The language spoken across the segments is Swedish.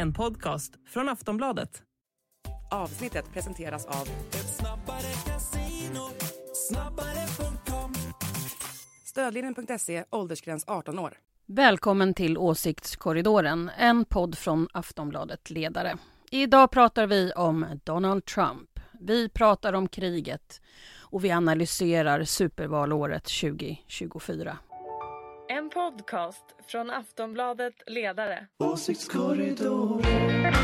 en podcast från Aftonbladet. Avsnittet presenteras av Ett snabbare casino, snabbare.com. Stödlinjen.se, åldersgräns 18 år. Välkommen till Åsiktskorridoren, en podd från Aftonbladet Ledare. Idag pratar vi om Donald Trump. Vi pratar om kriget och vi analyserar supervalåret 2024. En podcast från Aftonbladet Ledare. Åsiktskorridoren.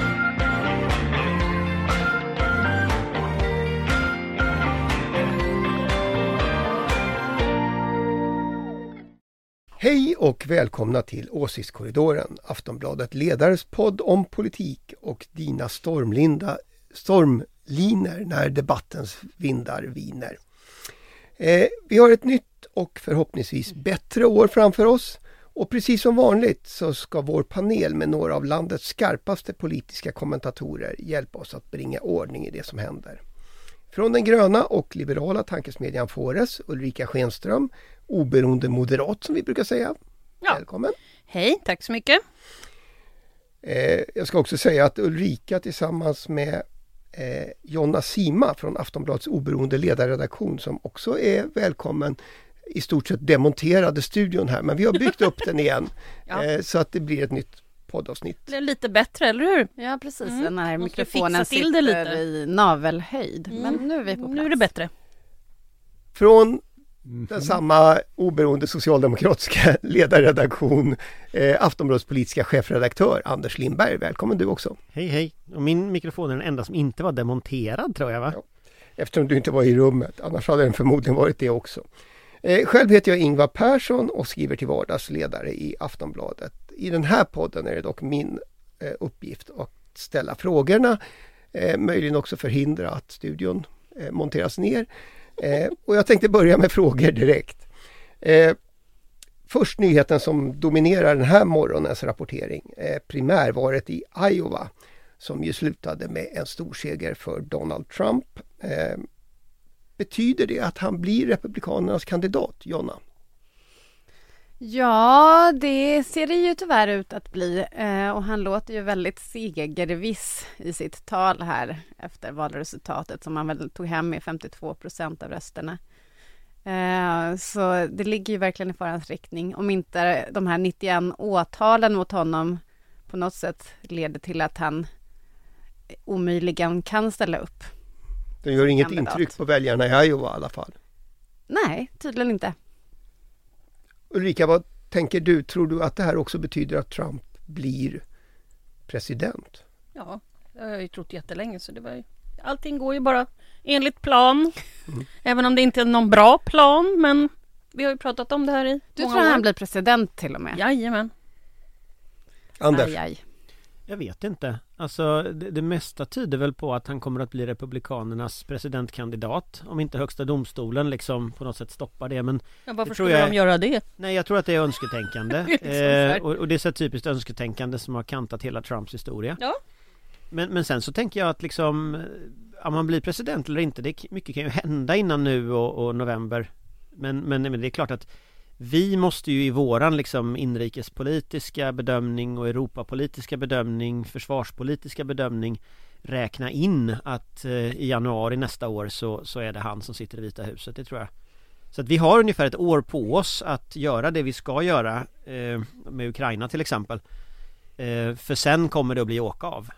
Hej och välkomna till Åsiktskorridoren, Aftonbladet Ledares podd om politik och dina stormliner när debattens vindar viner. Vi har ett nytt och förhoppningsvis bättre år framför oss och precis som vanligt så ska vår panel med några av landets skarpaste politiska kommentatorer hjälpa oss att bringa ordning i det som händer. Från den gröna och liberala tankesmedjan Fores, Ulrika Schenström, oberoende moderat som vi brukar säga. Ja. Välkommen. Hej, tack så mycket. Jag ska också säga att Ulrika tillsammans med Jonna Sima från Aftonbladets oberoende ledarredaktion som också är välkommen, i stort sett demonterade studion här, men vi har byggt upp den igen så att det blir ett nytt poddavsnitt. Det är lite bättre, eller hur? Ja, precis. Den här mikrofonen till det lite i navelhöjd. Men nu är vi på plats. Nu är det bättre. Från den samma oberoende socialdemokratiska ledarredaktion, Aftonbladets politiska chefredaktör Anders Lindberg. Välkommen du också. Hej hej. Och min mikrofon är den enda som inte var demonterad, tror jag, va? Ja. Eftersom du inte var i rummet. Annars hade den förmodligen varit det också. Själv heter jag Ingvar Persson och skriver till vardagsledare i Aftonbladet. I den här podden är det dock min uppgift att ställa frågorna. Möjligen också förhindra att studion monteras ner. Och jag tänkte börja med frågor direkt. Först nyheten som dominerar den här morgonens rapportering. Primärvalet i Iowa som ju slutade med en stor seger för Donald Trump. Betyder det att han blir republikanernas kandidat, Jonna? Ja, det ser det ju tyvärr ut att bli. Och han låter ju väldigt segerviss i sitt tal här efter valresultatet som han väl tog hem med 52% av rösterna. Så det ligger ju verkligen i farans riktning. Om inte de här 91 åtalen mot honom på något sätt leder till att han omöjligen kan ställa upp. Det gör inget intryck på väljarna i Iowa i alla fall. Nej, tydligen inte. Ulrika, vad tänker du? Tror du att det här också betyder att Trump blir president? Ja, det har jag ju trott jättelänge. Så det var ju, allting går ju bara enligt plan. Även om det inte är någon bra plan. Men vi har ju pratat om det här i Du tror han blir president till och med? Jajamän. Anders? Aj. Jag vet inte. Alltså det mesta tyder väl på att han kommer att bli republikanernas presidentkandidat. Om inte högsta domstolen liksom på något sätt stoppar det. Men varför skulle de göra det? Nej, jag tror att det är önsketänkande. Och det är så typiskt önsketänkande som har kantat hela Trumps historia. Ja. Men sen så tänker jag att liksom, om man blir president eller inte, mycket kan ju hända innan nu och november. Men det är klart att vi måste ju i våran liksom inrikespolitiska bedömning och Europapolitiska bedömning, försvarspolitiska bedömning räkna in att i januari nästa år så är det han som sitter i Vita huset, det tror jag. Så att vi har ungefär ett år på oss att göra det vi ska göra med Ukraina till exempel. För sen kommer det att bli åka av.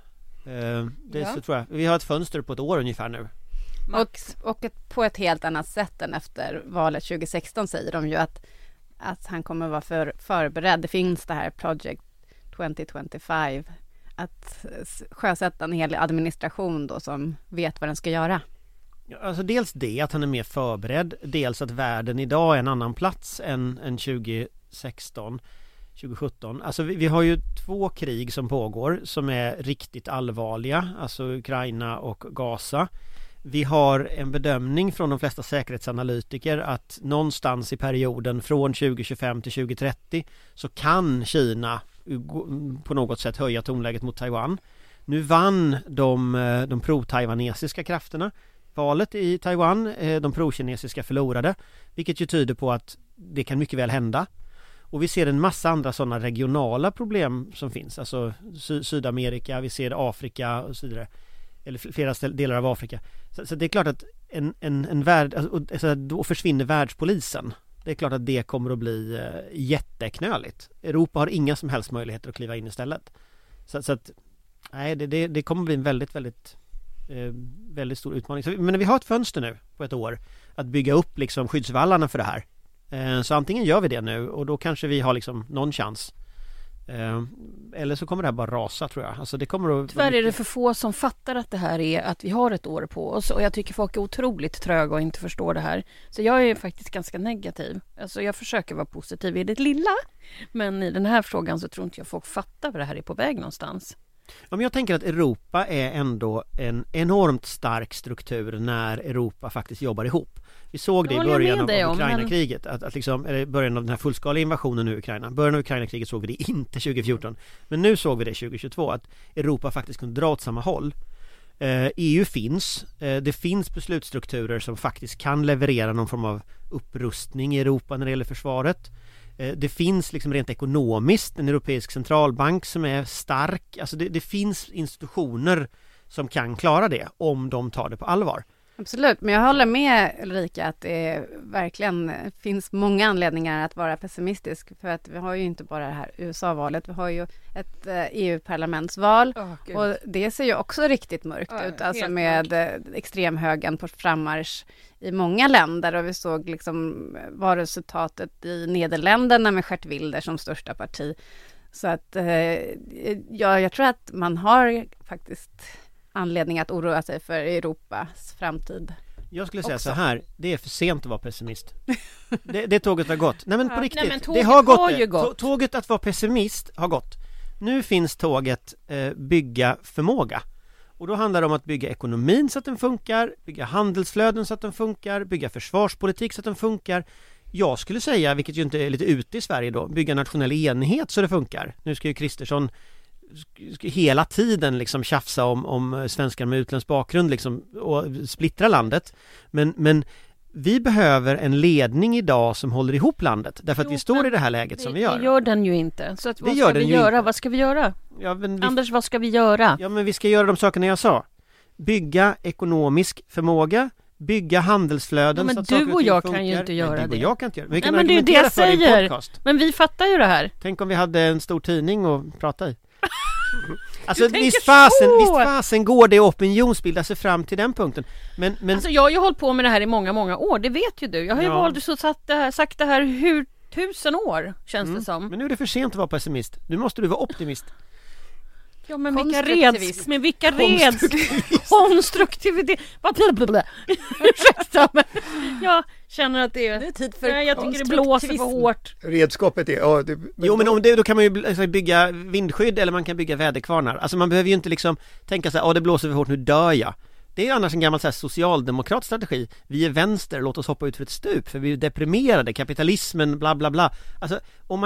Så tror jag. Vi har ett fönster på ett år ungefär nu. Och på ett helt annat sätt än efter valet 2016 säger de ju att han kommer vara förberedd. Det finns det här Project 2025 att sjösätta en hel administration då som vet vad den ska göra. Alltså dels det att han är mer förberedd, dels att världen idag är en annan plats än 2016, 2017. Alltså vi har ju 2 krig som pågår som är riktigt allvarliga, alltså Ukraina och Gaza. Vi har en bedömning från de flesta säkerhetsanalytiker att någonstans i perioden från 2025 till 2030 så kan Kina på något sätt höja tonläget mot Taiwan. Nu vann de pro-taiwanesiska krafterna valet i Taiwan. De pro-kinesiska förlorade, vilket ju tyder på att det kan mycket väl hända. Och vi ser en massa andra sådana regionala problem som finns. Alltså Sydamerika, vi ser Afrika och så vidare. Eller flera delar av Afrika. Så det är klart att en värld, alltså, då försvinner världspolisen. Det är klart att det kommer att bli jätteknöligt. Europa har inga som helst möjligheter att kliva in istället. Så att nej, det kommer att bli en väldigt stor utmaning. Men vi har ett fönster nu på ett år att bygga upp liksom skyddsvallarna för det här. Så antingen gör vi det nu och då kanske vi har liksom någon chans. Eller så kommer det här bara rasa, tror jag. Alltså det kommer att... Tyvärr är det för få som fattar att det här är att vi har ett år på oss, och jag tycker folk är otroligt tröga och inte förstår det här. Så jag är faktiskt ganska negativ. Alltså jag försöker vara positiv i det lilla, men i den här frågan så tror inte jag folk fattar vad det här är på väg någonstans. Ja, men jag tänker att Europa är ändå en enormt stark struktur när Europa faktiskt jobbar ihop. Vi såg det i början av Ukraina-kriget, att liksom, eller början av den här fullskaliga invasionen i Ukraina. Början av Ukraina-kriget såg vi det inte 2014, men nu såg vi det 2022, att Europa faktiskt kunde dra åt samma håll. EU finns, det finns beslutsstrukturer som faktiskt kan leverera någon form av upprustning i Europa när det gäller försvaret. Det finns liksom rent ekonomiskt en europeisk centralbank som är stark. Alltså det finns institutioner som kan klara det om de tar det på allvar. Absolut, men jag håller med Ulrika att det verkligen finns många anledningar att vara pessimistisk, för att vi har ju inte bara det här USA-valet, vi har ju ett EU-parlamentsval och det ser ju också riktigt mörkt ut, alltså med extremhögern på frammarsch i många länder, och vi såg liksom valresultatet i Nederländerna med Geert Wilders som största parti. Så att jag tror att man har faktiskt anledning att oroa sig för Europas framtid. Jag skulle säga så här, det är för sent att vara pessimist. Det tåget har gått. Nej men på riktigt, nej, men det har gått. Tåget att vara pessimist har gått. Nu finns tåget bygga förmåga. Och då handlar det om att bygga ekonomin så att den funkar, bygga handelsflöden så att den funkar, bygga försvarspolitik så att den funkar. Jag skulle säga, vilket ju inte är lite ute i Sverige då, bygga nationell enhet så det funkar. Nu ska ju Kristersson hela tiden liksom tjafsa om svenskar med utländsk bakgrund liksom, och splittra landet. Men vi behöver en ledning idag som håller ihop landet. Därför att vi står i det här läget som vi gör. Det gör den ju inte. Så att, vad ska vi göra? Vad ska vi göra? Ja, Anders, vad ska vi göra? Ja, men vi ska göra de sakerna jag sa. Bygga ekonomisk förmåga, bygga handelsflöden. Ja, men så att du och jag kan ju inte göra det. Du och jag kan inte göra det. Men vi kan nej, men det är det jag säger. Men vi fattar ju det här. Tänk om vi hade en stor tidning att prata i. Alltså visst fasen går det att opinionsbilda sig fram till den punkten. Men alltså, jag har ju hållit på med det här i många år, det vet ju du. Jag har ju sagt det här hur 1000 år känns det som. Men nu är det för sent att vara pessimist. Nu måste du vara optimist. Ja, men vilka konstruktivitet. Ursäkta, men jag känner att det är tid för jag tycker det blåser för hårt. Redskapet är Jo, men då kan man ju bygga vindskydd eller man kan bygga väderkvarnar. Alltså man behöver ju inte liksom tänka så här, det blåser för hårt, nu dör jag. Det är annars en gammal så här socialdemokrat strategi. Vi är vänster, låt oss hoppa ut för ett stup för vi är deprimerade, kapitalismen bla bla bla. Alltså om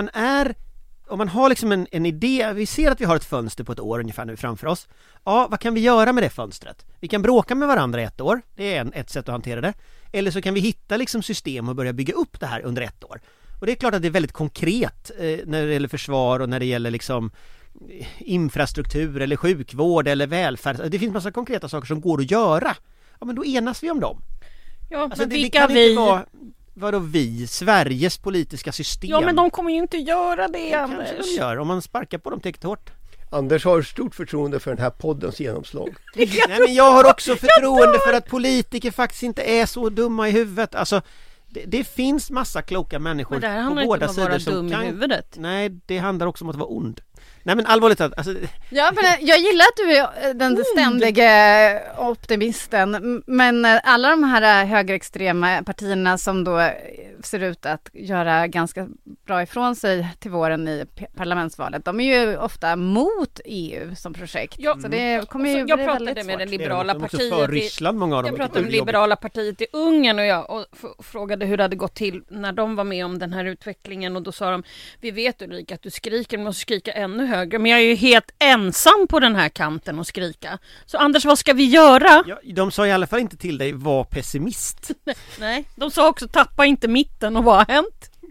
man har liksom en idé, vi ser att vi har ett fönster på ett år ungefär nu framför oss. Ja, vad kan vi göra med det fönstret? Vi kan bråka med varandra i ett år, det är ett sätt att hantera det. Eller så kan vi hitta liksom system och börja bygga upp det här under ett år. Och det är klart att det är väldigt konkret när det gäller försvar och när det gäller liksom infrastruktur eller sjukvård eller välfärd. Det finns massa konkreta saker som går att göra. Ja, men då enas vi om dem. Ja, alltså, men vilka vi... Vadå vi? Sveriges politiska system. Ja, men de kommer ju inte göra det. Det kanske de gör om man sparkar på dem tillräckligt hårt. Anders har stort förtroende för den här poddens genomslag. Nej, men jag har också förtroende för att politiker faktiskt inte är så dumma i huvudet. Alltså, det finns massa kloka människor på båda sidor som kan... i huvudet. Nej, det handlar också om att vara ond. Nej, men allvarligt alltså... Ja, men jag gillar att du är den ständiga optimisten, men alla de här högerextrema partierna som då ser ut att göra ganska bra ifrån sig till våren i parlamentsvalet, de är ju ofta mot EU som projekt. Ja, så det kommer ju jag pratade med det liberala partiet för Ryssland, många av dem. Jag pratade med liberala partiet i Ungern och frågade hur det hade gått till när de var med om den här utvecklingen, och då sa de, vi vet Ulrika att du skriker, men måste skrika ännu högre, men jag är ju helt ensam på den här kanten och skrika. Så Anders, vad ska vi göra? Ja, de sa i alla fall inte till dig, var pessimist. Nej, de sa också, tappa inte mitten, och vad har hänt?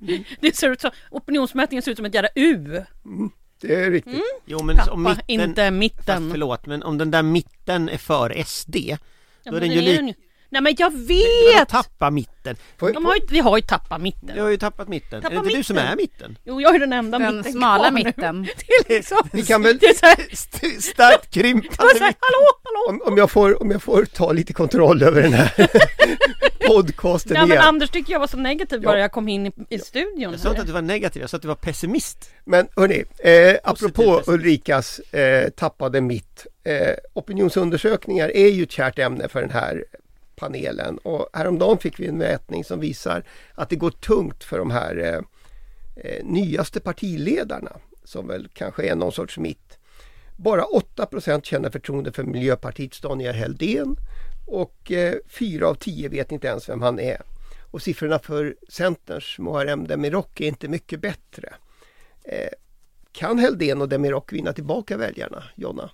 Det ser ut som, opinionsmätningen ser ut som ett jävla U. Det är riktigt. Jo, men om Tappa inte mitten. Fast förlåt, men om den där mitten är för SD, då är den ju Nej, men jag Vadå vet! tappa mitten? Vi har ju tappat mitten. Du har ju tappat mitten. Tappa är det inte mitten. du som är mitten? Jo, jag är den enda Den mitten smala kvar nu. mitten. Det är liksom... Vi kan väl, Det är så här, Starkt jag krympande säger, mitt. hallå! om jag får ta lite kontroll över den här podcasten Ja, men igen. Anders tycker jag var så negativ bara jag kom in i studion. Jag sa inte att du var negativ, jag sa att du var pessimist. Men hörni, apropå Ulrikas tappade mitt. Opinionsundersökningar är ju ett kärt ämne för den här panelen. Och häromdagen fick vi en mätning som visar att det går tungt för de här nyaste partiledarna. Som väl kanske är någon sorts mitt. Bara 8% känner förtroende för Miljöpartiets Daniel Helldén. Och 4 av 10 vet inte ens vem han är. Och siffrorna för Centerns Muharrem Demirok är inte mycket bättre. Kan Helldén och Demirok vinna tillbaka väljarna, Jonna?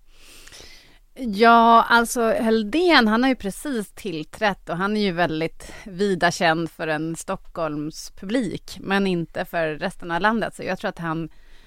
Ja, alltså Helldén, han har ju precis tillträtt och han är ju väldigt vida känd för en Stockholms publik, men inte för resten av landet. Så jag tror att han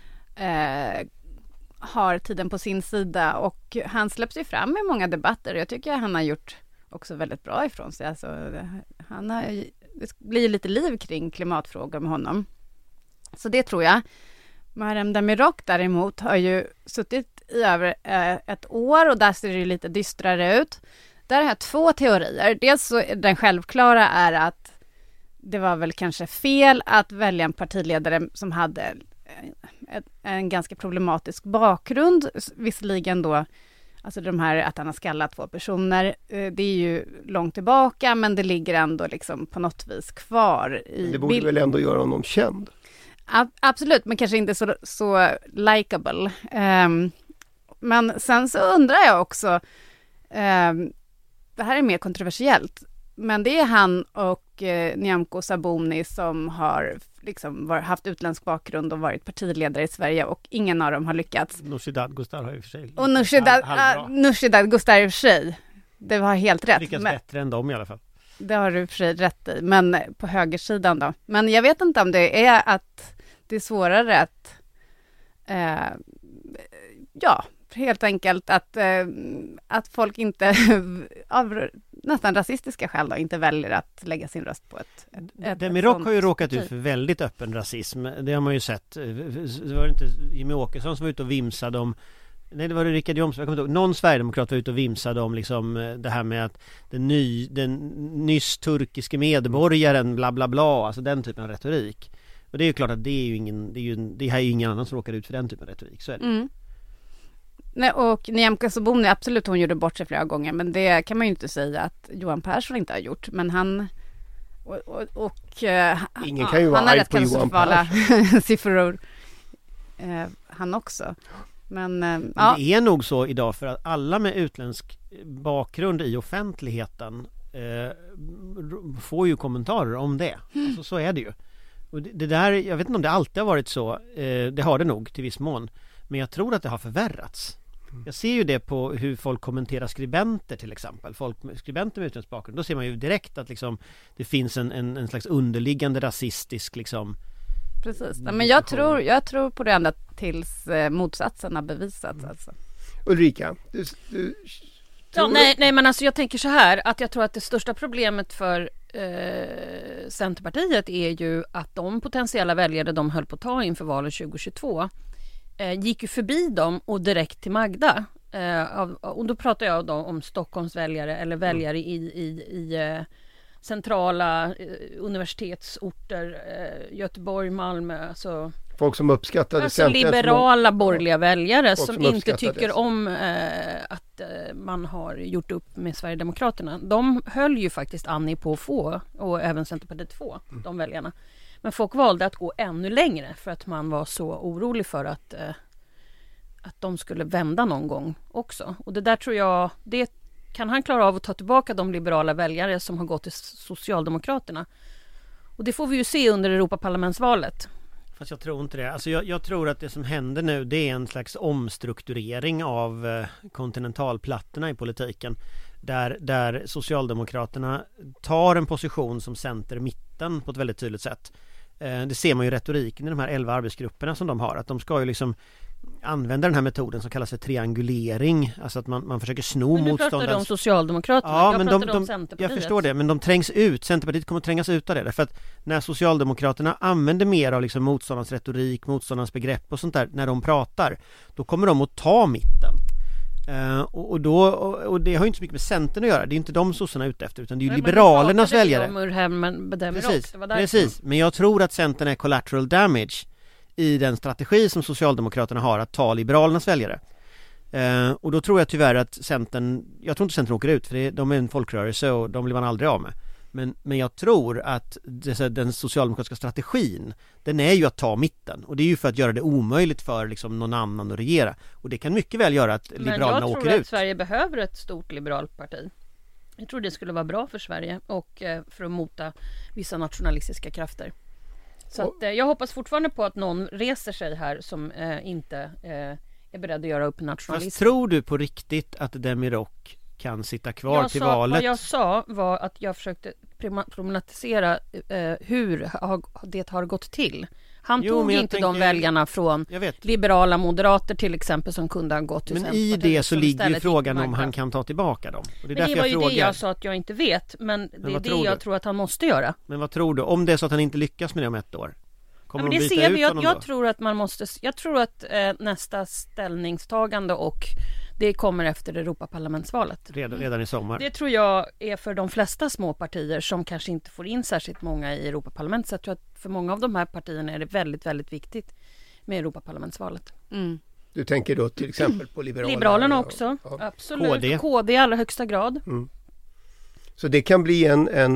har tiden på sin sida och han släpps ju fram i många debatter och jag tycker att han har gjort också väldigt bra ifrån sig. Alltså, det blir lite liv kring klimatfrågor med honom. Så det tror jag. Muharrem Demirok däremot har ju suttit i över ett år och där ser det lite dystrare ut. Där har jag 2 teorier. Dels så den självklara är att det var väl kanske fel att välja en partiledare som hade en ganska problematisk bakgrund. Visserligen då, alltså de här att han har skallat 2 personer, det är ju långt tillbaka men det ligger ändå liksom på något vis kvar. Det borde väl ändå göra honom känd? Absolut, men kanske inte så likable. Men sen så undrar jag också, det här är mer kontroversiellt, men det är han och Nyamko Sabuni som har liksom haft utländsk bakgrund och varit partiledare i Sverige och ingen av dem har lyckats. Nooshi Dadgostar har ju för sig. Och Nooshi Dadgostar i och för sig, det var helt rätt. Lyckas bättre än dem i alla fall. Det har du för sig rätt i, men på högersidan då. Men jag vet inte om det är att det är svårare att helt enkelt att folk inte av nästan rasistiska skäl då, inte väljer att lägga sin röst på ett Demirok har ju råkat ut för väldigt öppen rasism. Det har man ju sett. Det var inte Jimmy Åkesson som var ute och vimsade om. Nej, det var det Richard Jomsson. Jag kommer inte ihåg. Någon sverigedemokrat var ute och vimsade om liksom det här med att den nyss turkiske medborgaren bla bla bla, alltså den typen av retorik. Och det är ju klart att det här är ju ingen annan som råkar ut för den typen av retorik. Så är det. Nej, och Nyamko Sabuni, absolut, hon gjorde bort sig flera gånger, men det kan man ju inte säga att Johan Persson inte har gjort. Men han ingen kan ju vara arg på Johan Persson. Siffror han också. Men det är nog så idag för att alla med utländsk bakgrund i offentligheten får ju kommentarer om det. Alltså, så är det ju. Och det där, jag vet inte om det alltid har varit så. Det har det nog till viss mån. Men jag tror att det har förvärrats. Jag ser ju det på hur folk kommenterar skribenter till exempel. Skribenter med utländsk bakgrund. Då ser man ju direkt att liksom, det finns en slags underliggande rasistisk liksom. Precis. Men jag tror på det ända tills motsatsen har bevisats. Alltså. Ulrika, nej, men alltså jag tänker så här, att jag tror att det största problemet för Centerpartiet är ju att de potentiella väljare de höll på att ta inför valet 2022 gick ju förbi dem och direkt till Magda. Och då pratar jag då om Stockholms väljare eller väljare i centrala universitetsorter, Göteborg, Malmö. Alltså folk som uppskattade alltså liberala borgerliga väljare folk som inte tycker om att man har gjort upp med Sverigedemokraterna. De höll ju faktiskt Annie på att få, och även Centerpartiet få, de väljarna. Men folk valde att gå ännu längre för att man var så orolig för att de skulle vända någon gång också. Och det där tror jag, det kan han klara av att ta tillbaka de liberala väljare som har gått till Socialdemokraterna. Och det får vi ju se under Europaparlamentsvalet. Fast jag tror inte det. Alltså jag tror att det som händer nu, det är en slags omstrukturering av kontinentalplattorna i politiken. Där Socialdemokraterna tar en position som center-mitten på ett väldigt tydligt sätt. Det ser man ju i retoriken i de här 11 arbetsgrupperna som de har, att de ska ju liksom använda den här metoden som kallas för triangulering, alltså att man försöker sno motståndarens... Men du pratade om Socialdemokraterna, ja, jag men pratade om Centerpartiet. Jag förstår det, men de trängs ut. Centerpartiet kommer att trängas ut av det, därför att när Socialdemokraterna använder mer av liksom motståndarens retorik, motståndarens begrepp och sånt där när de pratar, då kommer de att ta mitten. Och det har ju inte så mycket med Centern att göra. Det är inte de sossarna ute efter, utan det är ju Liberalernas väljare. Precis, men jag tror att Centern är collateral damage i den strategi som Socialdemokraterna har att ta Liberalernas väljare. Och då tror jag tyvärr att Centern, jag tror inte Centern åker ut, för de är en folkrörelse och de blir man aldrig av med. Men jag tror att den socialdemokratiska strategin, den är ju att ta mitten. Och det är ju för att göra det omöjligt för liksom någon annan att regera. Och det kan mycket väl göra att Liberalerna åker ut. Men jag tror att Sverige behöver ett stort liberalt parti. Jag tror det skulle vara bra för Sverige och för att mota vissa nationalistiska krafter. Så att, jag hoppas fortfarande på att någon reser sig här som inte är beredd att göra upp nationalism. Fast tror du på riktigt att Demirok kan sitta kvar till valet? Vad jag sa var att jag försökte problematisera hur det har gått till. Han tog inte de väljarna från liberala moderater till exempel som kunde ha gått till. Men i det så ligger ju frågan om han kan ta tillbaka dem. Och det var ju det jag sa att jag inte vet. Men det är det jag tror att han måste göra. Men vad tror du? Om det är så att han inte lyckas med det om ett år? Men det ser vi. Jag tror att man måste. Jag tror att nästa ställningstagande och det kommer efter Europaparlamentsvalet. Redan i sommar. Det tror jag är för de flesta små partier som kanske inte får in särskilt många i Europaparlamentet. Så jag tror att för många av de här partierna är det väldigt, väldigt viktigt med Europaparlamentsvalet. Mm. Du tänker då till exempel på Liberalerna också. Ja. Absolut. KD i allra högsta grad. Mm. Så det kan bli en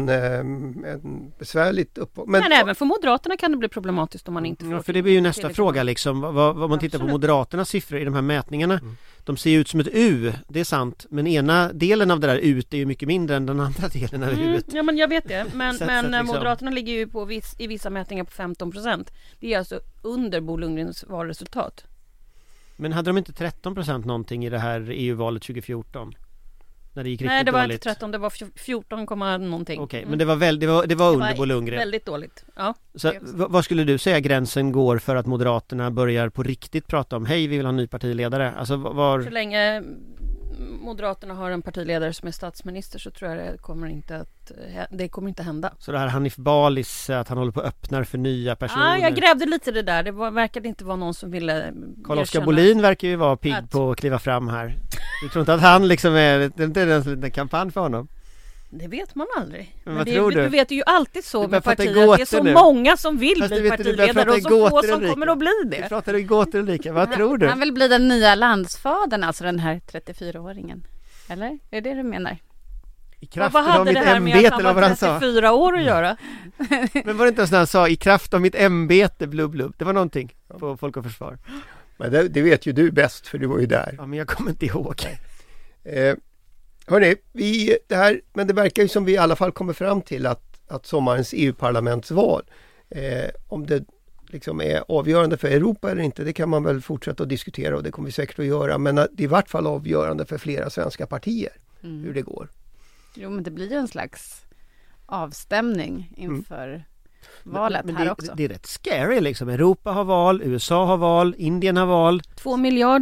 besvärligt Men även för Moderaterna kan det bli problematiskt om man inte får... Ja, för det blir ju nästa fråga liksom. Vad man tittar på Moderaternas siffror i de här mätningarna. De ser ut som ett U, det är sant. Men ena delen av det där U är ju mycket mindre än den andra delen av U. Ja, men jag vet det. Men liksom... Moderaterna ligger ju i vissa mätningar på 15%. Det är alltså under Bo Lundgrens valresultat. Men hade de inte 13% någonting i det här EU-valet 2014? Nej, det var inte 13, det var 14, någonting. Okej, men det var under Bo Lundgren. Väldigt dåligt. Ja. Så vad skulle du säga gränsen går för att Moderaterna börjar på riktigt prata om hej, vi vill ha en ny partiledare? Alltså så länge Moderaterna har en partiledare som är statsminister så tror jag det kommer inte hända. Så det här Hanif Balis, att han håller på att öppna för nya personer. Ja, jag grävde lite det där. Det verkade inte vara någon som ville Carl-Oskar Bolin verkar ju vara pigg på att kliva fram här. Du tror inte att han liksom är en kampanj för honom? Det vet man aldrig. Men vad tror du? Du vet ju alltid så med partier att det är så många som vill bli partiledare och så få som kommer att bli det. Du pratar i gåtor, Ulrika. Vad tror du? Han vill bli den nya landsfadern, alltså den här 34-åringen. Eller? Är det du menar? I kraft vad hade det här med att han var 34 år att göra? Men var det inte ens när han sa i kraft av mitt ämbete blubb. Det var någonting på Folk och Försvar. Men det vet ju du bäst, för du var ju där. Ja, men jag kommer inte ihåg. Hörrni, men det verkar ju som vi i alla fall kommer fram till att sommarens EU-parlamentsval, om det liksom är avgörande för Europa eller inte, det kan man väl fortsätta att diskutera och det kommer vi säkert att göra. Men det är i vart fall avgörande för flera svenska partier hur det går. Jo, men det blir ju en slags avstämning inför valet men här också. Det är rätt scary liksom. Europa har val, USA har val, Indien har val. 2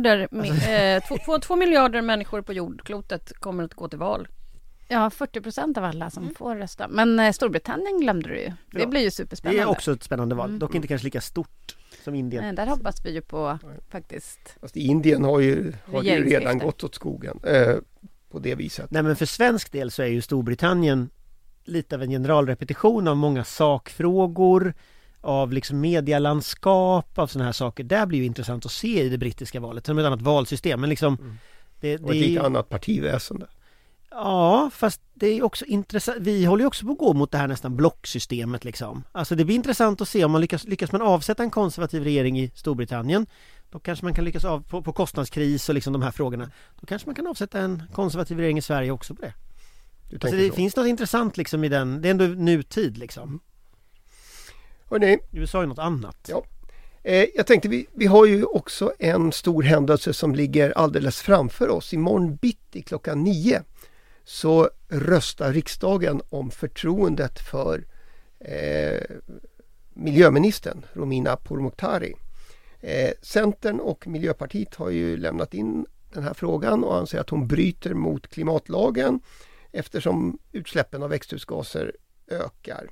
miljarder människor på jordklotet kommer att gå till val. Ja, 40% av alla som får rösta. Men Storbritannien glömde du ju. Det blir ju superspännande. Det är också ett spännande val. Dock inte kanske lika stort som Indien. Där hoppas vi ju på faktiskt. Fast Indien har ju redan gått åt skogen på det viset. Nej, men för svensk del så är ju Storbritannien lite av en generalrepetition av många sakfrågor, av liksom medialandskap, av såna här saker. Det blir ju intressant att se i det brittiska valet som ett annat valsystem. Men liksom, och ett lite annat partiväsende. Ja, fast det är också intressant. Vi håller ju också på att gå mot det här nästan blocksystemet liksom. Alltså det blir intressant att se om man lyckas man avsätta en konservativ regering i Storbritannien. Då kanske man kan lyckas på kostnadskris och liksom de här frågorna. Då kanske man kan avsätta en konservativ regering i Sverige också på det. Alltså det finns något intressant liksom i den. Det är ändå nutid liksom. Hörrni, USA är något annat. Ja. Jag tänkte vi har ju också en stor händelse som ligger alldeles framför oss. Imorgon bitti 9:00 så röstar riksdagen om förtroendet för miljöministern Romina Pourmokhtari. Centern och Miljöpartiet har ju lämnat in den här frågan och anser att hon bryter mot klimatlagen eftersom utsläppen av växthusgaser ökar.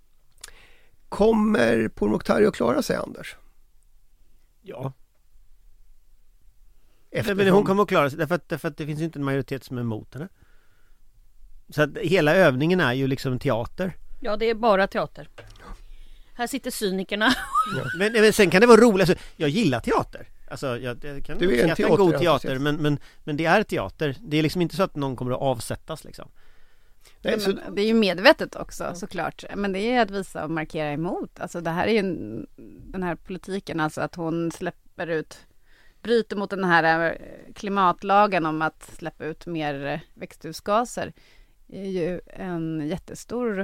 Kommer Pourmokhtari att klara sig, Anders? Ja. Eftersom... Men hon kommer att klara sig därför att det finns inte en majoritet som är emot henne. Så att hela övningen är ju liksom teater. Ja, det är bara teater. Här sitter cynikerna. Ja. Men sen kan det vara roligt. Alltså, jag gillar teater. Alltså, jag kan uppskatta en god teater, men det är teater. Det är liksom inte så att någon kommer att avsättas liksom. Nej, så... Det är ju medvetet också, såklart. Men det är att visa och markera emot. Alltså det här är ju den här politiken, alltså att hon bryter mot den här klimatlagen om att släppa ut mer växthusgaser. Det är ju en jättestor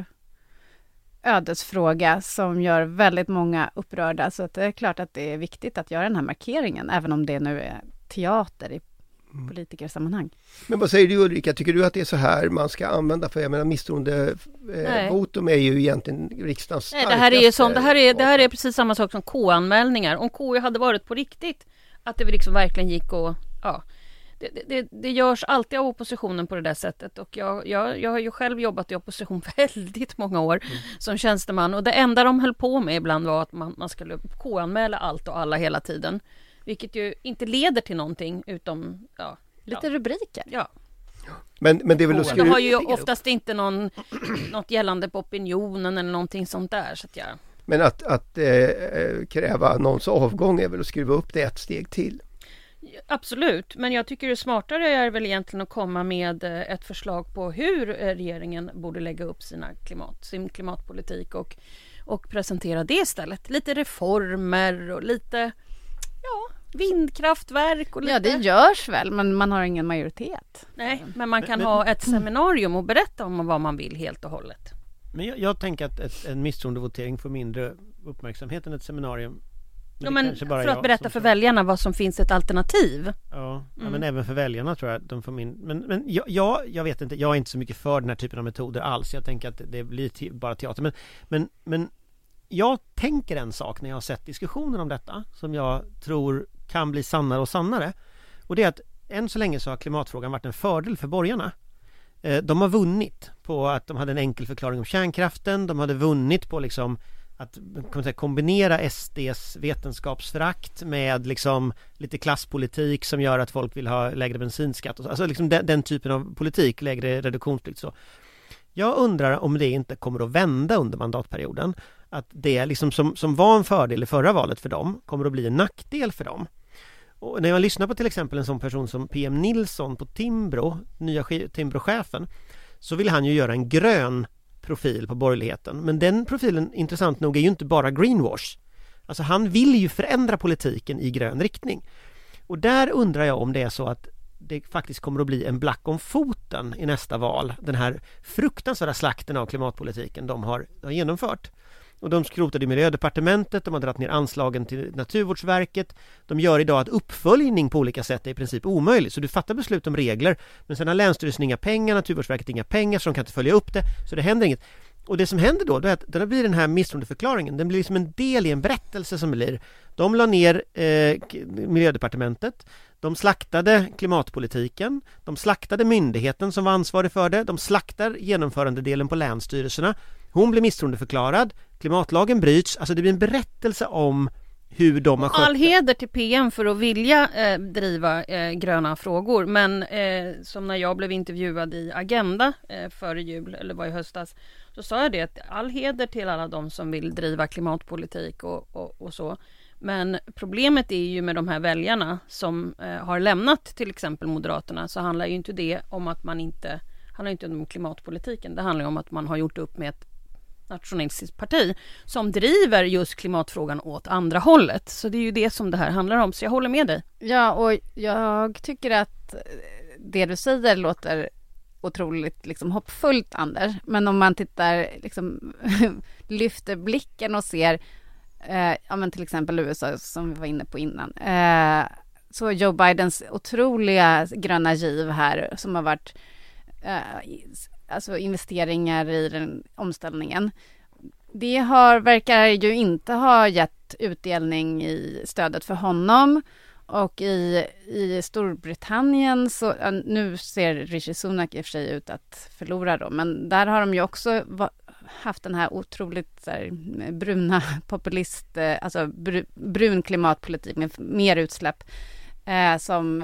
ödesfråga som gör väldigt många upprörda. Så att det är klart att det är viktigt att göra den här markeringen, även om det nu är teater i politikersammanhang. Men vad säger du, Ulrika? Tycker du att det är så här man ska använda? För jag menar, misstroendevotum är ju egentligen riksdagens starkaste. Nej, det här är precis samma sak som K-anmälningar. Om KU hade varit på riktigt, att det liksom verkligen gick och det görs alltid av oppositionen på det där sättet, och jag har ju själv jobbat i opposition väldigt många år som tjänsteman, och det enda de höll på med ibland var att man skulle K-anmäla allt och alla hela tiden, vilket ju inte leder till någonting utom lite rubriker. Ja. Men det är väl de har ju oftast inte något gällande på opinionen eller någonting sånt där, så att Men att kräva någons avgång är väl att skruva upp det ett steg till. Absolut, men jag tycker det smartare är väl egentligen att komma med ett förslag på hur regeringen borde lägga upp sin klimatpolitik och presentera det istället. Lite reformer och lite vindkraftverk och lite... Ja, det görs väl, men man har ingen majoritet. Nej, men man kan ha ett seminarium och berätta om vad man vill helt och hållet. Men jag tänker att en misstroendevotering får mindre uppmärksamhet än ett seminarium. Men för att berätta för väljarna vad som finns ett alternativ. Ja, men även för väljarna tror jag de får men jag vet inte, jag är inte så mycket för den här typen av metoder alls. Jag tänker att det blir bara teater. Men jag tänker en sak när jag har sett diskussioner om detta som jag tror kan bli sannare och sannare. Och det är att än så länge så har klimatfrågan varit en fördel för borgarna. De har vunnit på att de hade en enkel förklaring om kärnkraften. De hade vunnit på liksom att kombinera SDs vetenskapsförakt med liksom lite klasspolitik som gör att folk vill ha lägre bensinskatt. Alltså liksom den typen av politik, lägre reduktionsplikt. Så. Jag undrar om det inte kommer att vända under mandatperioden. Att det liksom som var en fördel i förra valet för dem kommer att bli en nackdel för dem. Och när jag lyssnar på till exempel en sån person som PM Nilsson på Timbro, nya Timbro-chefen, så vill han ju göra en grön profil på borgerligheten. Men den profilen, intressant nog, är ju inte bara greenwash. Alltså han vill ju förändra politiken i grön riktning. Och där undrar jag om det är så att det faktiskt kommer att bli en black om foten i nästa val. Den här fruktansvärda slakten av klimatpolitiken de har genomfört. Och de skrotade Miljödepartementet, de har dragit ner anslagen till Naturvårdsverket. De gör idag att uppföljning på olika sätt är i princip omöjligt. Så du fattar beslut om regler, men sen har Länsstyrelsen inga pengar, Naturvårdsverket inga pengar, så de kan inte följa upp det. Så det händer inget. Och det som händer då är att det blir den här misstroendeförklaringen. Den blir liksom en del i en berättelse som blir. De la ner Miljödepartementet. De slaktade klimatpolitiken. De slaktade myndigheten som var ansvarig för det. De slaktar genomförandedelen på länsstyrelserna. Hon blir misstroendeförklarad. Klimatlagen bryts. Alltså det blir en berättelse om hur de har skött det. All heder till PM för att vilja driva gröna frågor. Men som när jag blev intervjuad i Agenda före jul, eller var i höstas, så sa jag det att all heder till alla de som vill driva klimatpolitik och så. Men problemet är ju med de här väljarna som har lämnat till exempel Moderaterna, så handlar ju inte det om att man inte handlar inte om klimatpolitiken. Det handlar om att man har gjort upp med ett nationalistiskt parti som driver just klimatfrågan åt andra hållet. Så det är ju det som det här handlar om. Så jag håller med dig. Ja, och jag tycker att det du säger låter otroligt liksom hoppfullt, Anders. Men om man tittar liksom lyfter blicken och ser men till exempel USA som vi var inne på innan. Så Joe Bidens otroliga gröna giv här som har varit alltså investeringar i den omställningen. Det verkar ju inte ha gett utdelning i stödet för honom. Och i Storbritannien så, nu ser Rishi Sunak i och för sig ut att förlora då, men där har de ju också haft den här otroligt så här, bruna populist, alltså brun klimatpolitik med mer utsläpp som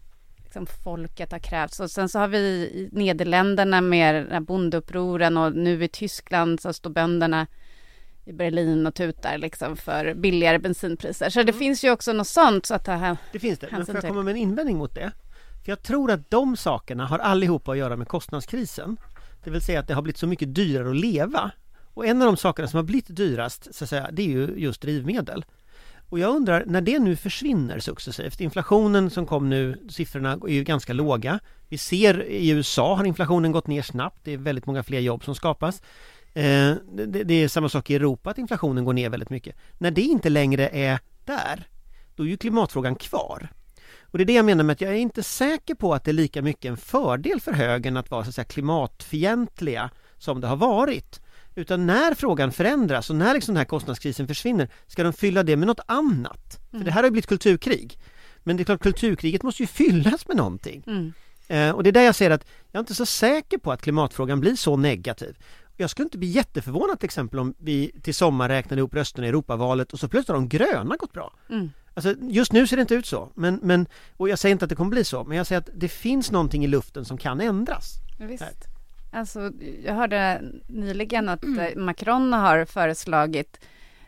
folket har krävt. Och sen så har vi i Nederländerna med den här bondeupproren, och nu i Tyskland så står bönderna i Berlin och tutar liksom för billigare bensinpriser. Så det finns ju också något sånt. Så att det finns det, men får jag komma med en invändning mot det? För jag tror att de sakerna har allihopa att göra med kostnadskrisen. Det vill säga att det har blivit så mycket dyrare att leva. Och en av de sakerna som har blivit dyrast, så att säga, det är ju just drivmedel. Och jag undrar, när det nu försvinner successivt, inflationen som kom nu, siffrorna är ju ganska låga. Vi ser i USA har inflationen gått ner snabbt, det är väldigt många fler jobb som skapas. Det är samma sak i Europa, att inflationen går ner väldigt mycket. När det inte längre är där, då är ju klimatfrågan kvar. Och det är det jag menar med att jag är inte säker på att det är lika mycket en fördel för högern att vara så att säga klimatfientliga som det har varit. Utan när frågan förändras och när liksom den här kostnadskrisen försvinner, ska de fylla det med något annat. För det här har ju blivit kulturkrig. Men det är klart, kulturkriget måste ju fyllas med någonting. Och det är där jag ser att jag är inte så säker på att klimatfrågan blir så negativ. Jag skulle inte bli jätteförvånad till exempel om vi till sommar räknade ihop rösterna i Europavalet och så plötsligt har de gröna gått bra. Alltså, just nu ser det inte ut så. Och jag säger inte att det kommer bli så, men jag säger att det finns någonting i luften som kan ändras. Visst. Alltså, jag hörde nyligen att Macron har föreslagit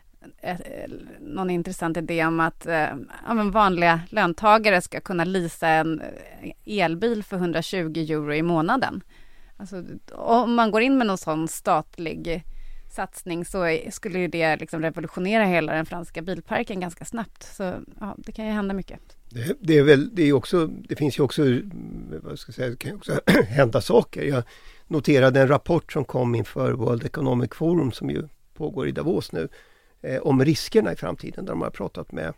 någon intressant idé om att vanliga löntagare ska kunna leasa en elbil för 120 euro i månaden. Alltså, om man går in med någon sån statlig satsning så skulle ju det liksom revolutionera hela den franska bilparken ganska snabbt. Så ja, det kan ju hända mycket. Det finns ju också, vad ska jag säga, det kan ju också hända saker. Jag noterade en rapport som kom inför World Economic Forum som ju pågår i Davos nu om riskerna i framtiden, där de har pratat med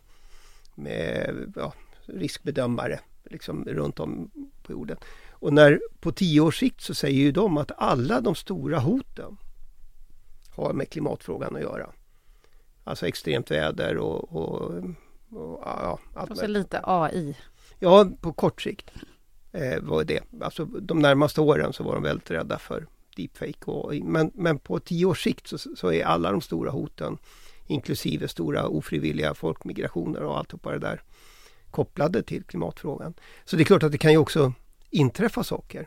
riskbedömare liksom runt om på jorden. Och på 10 års sikt så säger ju de att alla de stora hoten har med klimatfrågan att göra. Alltså extremt väder och allt. Och så lite AI. Ja, på kort sikt var det. Alltså de närmaste åren så var de väldigt rädda för deepfake. Men på 10 års sikt så är alla de stora hoten, inklusive stora ofrivilliga folkmigrationer och allt på det där, kopplade till klimatfrågan. Så det är klart att det kan ju också inträffa saker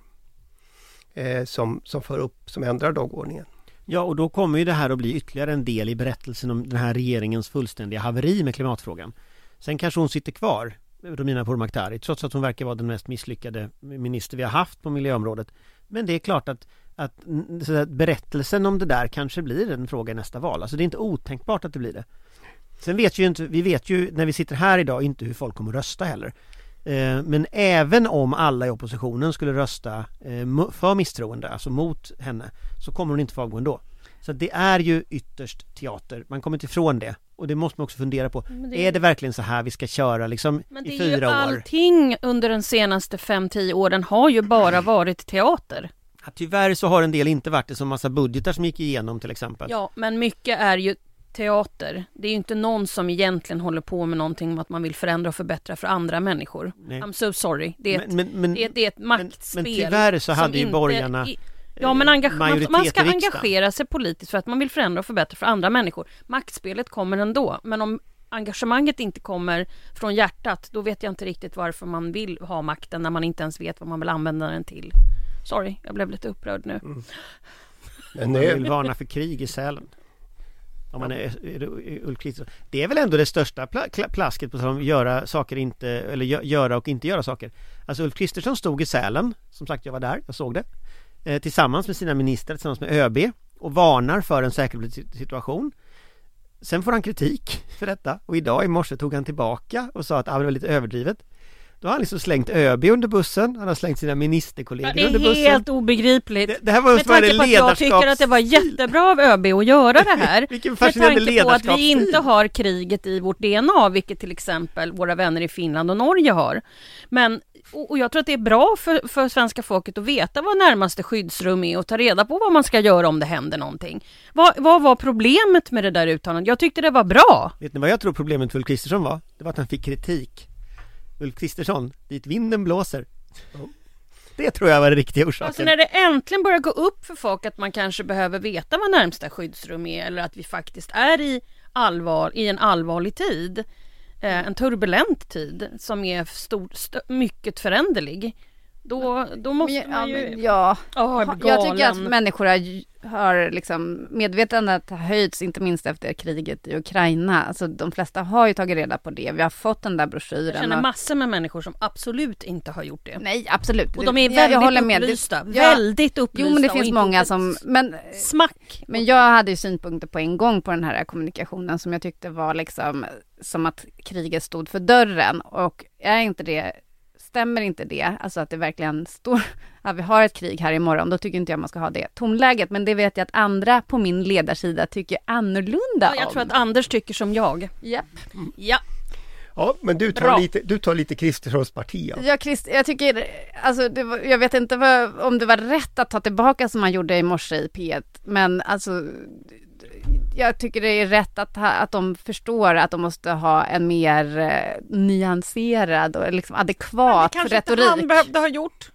som ändrar dagordningen. Ja, och då kommer ju det här att bli ytterligare en del i berättelsen om den här regeringens fullständiga haveri med klimatfrågan. Sen kanske hon sitter kvar, Romina Pourmokhtari, trots att hon verkar vara den mest misslyckade minister vi har haft på miljöområdet. Men det är klart att berättelsen om det där kanske blir en fråga i nästa val. Alltså det är inte otänkbart att det blir det. Sen vi vet ju när vi sitter här idag inte hur folk kommer att rösta heller. Men även om alla i oppositionen skulle rösta för misstroende, alltså mot henne, så kommer hon inte få avgå ändå. Så det är ju ytterst teater. Man kommer inte ifrån det. Och det måste man också fundera på. Är det verkligen så här vi ska köra liksom i 4 år? Men det är ju allting under de senaste 5-10 åren har ju bara varit teater. Ja, tyvärr så har en del inte varit det, som massa budgetar som gick igenom till exempel. Ja, men mycket är ju teater. Det är ju inte någon som egentligen håller på med någonting om att man vill förändra och förbättra för andra människor. Nej. I'm so sorry. Det är ett maktspel. Men tyvärr så hade ju borgarna men man ska engagera sig politiskt för att man vill förändra och förbättra för andra människor. Maktspelet kommer ändå. Men om engagemanget inte kommer från hjärtat, då vet jag inte riktigt varför man vill ha makten när man inte ens vet vad man vill använda den till. Sorry, jag blev lite upprörd nu. Men man vill varna för krig i Sälen. Om man är Ulf Kristersson. Det är väl ändå det största plasket på att göra saker inte, eller göra och inte göra saker. Alltså Ulf Kristersson stod i Sälen, som sagt jag var där, jag såg det, tillsammans med sina ministrar, tillsammans med ÖB, och varnar för en säkerhetspolitisk situation. Sen får han kritik för detta, och idag i morse tog han tillbaka och sa att det var lite överdrivet. Då har han liksom slängt ÖB under bussen. Han har slängt sina ministerkollegor under bussen. Det är helt obegripligt. Det här var med tanke på att jag tycker att det var jättebra av ÖB att göra det här. Vilken fascinerande ledarskap. På att vi inte har kriget i vårt DNA, vilket till exempel våra vänner i Finland och Norge har. Men Och jag tror att det är bra för svenska folket att veta vad närmaste skyddsrum är och ta reda på vad man ska göra om det händer någonting. Vad var problemet med det där uttalandet? Jag tyckte det var bra. Vet ni vad jag tror problemet för Ulf Kristersson var? Det var att han fick kritik. Ulf Kristersson, dit vinden blåser. Det tror jag var den riktiga orsaken. Alltså när det äntligen börjar gå upp för folk att man kanske behöver veta vad närmsta skyddsrum är, eller att vi faktiskt är i en allvarlig tid, en turbulent tid som är mycket föränderlig, då måste man ju... Jag tycker att människor har liksom medvetandet har höjts, inte minst efter kriget i Ukraina. Alltså de flesta har ju tagit reda på det. Vi har fått den där broschyren. Jag känner massor med människor som absolut inte har gjort det. Nej, absolut. Och de är väldigt upplysta. Väldigt upplysta. Jo, men det finns många som... Smack. Men jag hade ju synpunkter på en gång på den här kommunikationen som jag tyckte var liksom som att kriget stod för dörren. Och är inte det... Stämmer inte det, alltså att det verkligen står att vi har ett krig här imorgon, då tycker inte jag man ska ha det tonläget, men det vet jag att andra på min ledarsida tycker annorlunda jag tror att Anders tycker som jag. Japp. Ja. Ja, men du tar lite Kristerssons parti. Ja, jag tycker, alltså jag vet inte om det var rätt att ta tillbaka som man gjorde i morse i P1, men alltså jag tycker det är rätt att de förstår att de måste ha en mer nyanserad och liksom adekvat retorik. Det kanske inte han behövde ha gjort.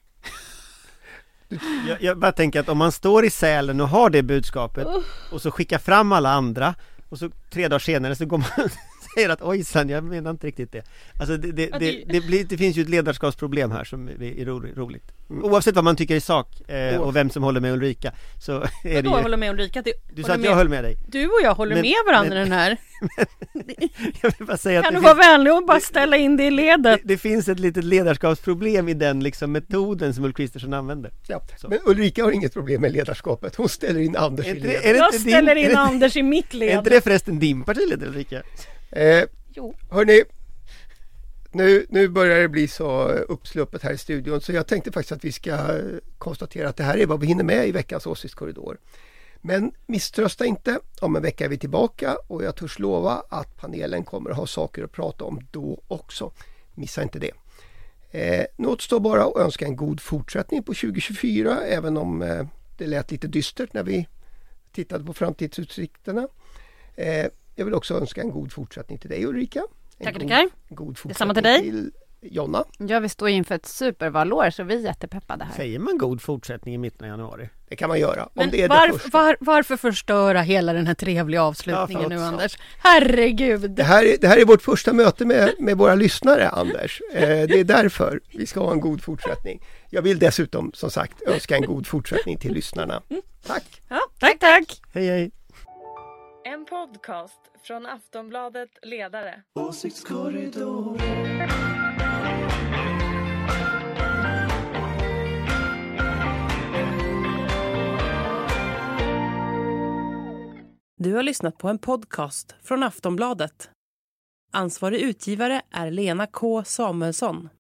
Jag bara tänker att om man står i Sälen och har det budskapet och så skickar fram alla andra och så 3 dagar senare så går man säger att ojsan, jag menar inte riktigt det. Alltså det finns ju ett ledarskapsproblem här som är roligt. Oavsett vad man tycker i sak och vem som håller med Ulrika, så är det ju... håller med Ulrika? Du sa att jag höll med dig. Du och jag håller med varandra den här. Jag vill bara säga kan du vara vänlig och bara ställa in det i ledet? Det finns ett litet ledarskapsproblem i den liksom metoden som Ulf Kristersson använder. Ja. Men Ulrika har inget problem med ledarskapet. Hon ställer in Anders i ledet. Jag ställer in Anders i mitt led. Är inte det förresten din partiledare, Ulrika? Jo. Hörrni, nu börjar det bli så uppsluppet här i studion, så jag tänkte faktiskt att vi ska konstatera att det här är vad vi hinner med i veckans åsiktskorridor. Men misströsta inte, om en vecka är vi tillbaka och jag törs lova att panelen kommer att ha saker att prata om då också. Missa inte det. Nu återstår bara att önska en god fortsättning på 2024, även om det lät lite dystert när vi tittade på framtidsutsikterna. Jag vill också önska en god fortsättning till dig, Ulrika. Tackar. God Detsamma till dig. Till Jonna. Ja, vi står inför ett supervalår, så vi är jättepeppade här. Säger man god fortsättning i mitten av januari? Det kan man göra. Men om det är varför förstöra hela den här trevliga avslutningen nu, Anders? Herregud! Det här är vårt första möte med våra lyssnare, Anders. Det är därför vi ska ha en god fortsättning. Jag vill dessutom, som sagt, önska en god fortsättning till lyssnarna. Tack! Ja, tack! Hej! En podcast från Aftonbladet Ledare. Åsiktskorridor. Du har lyssnat på en podcast från Aftonbladet. Ansvarig utgivare är Lena K. Samuelsson.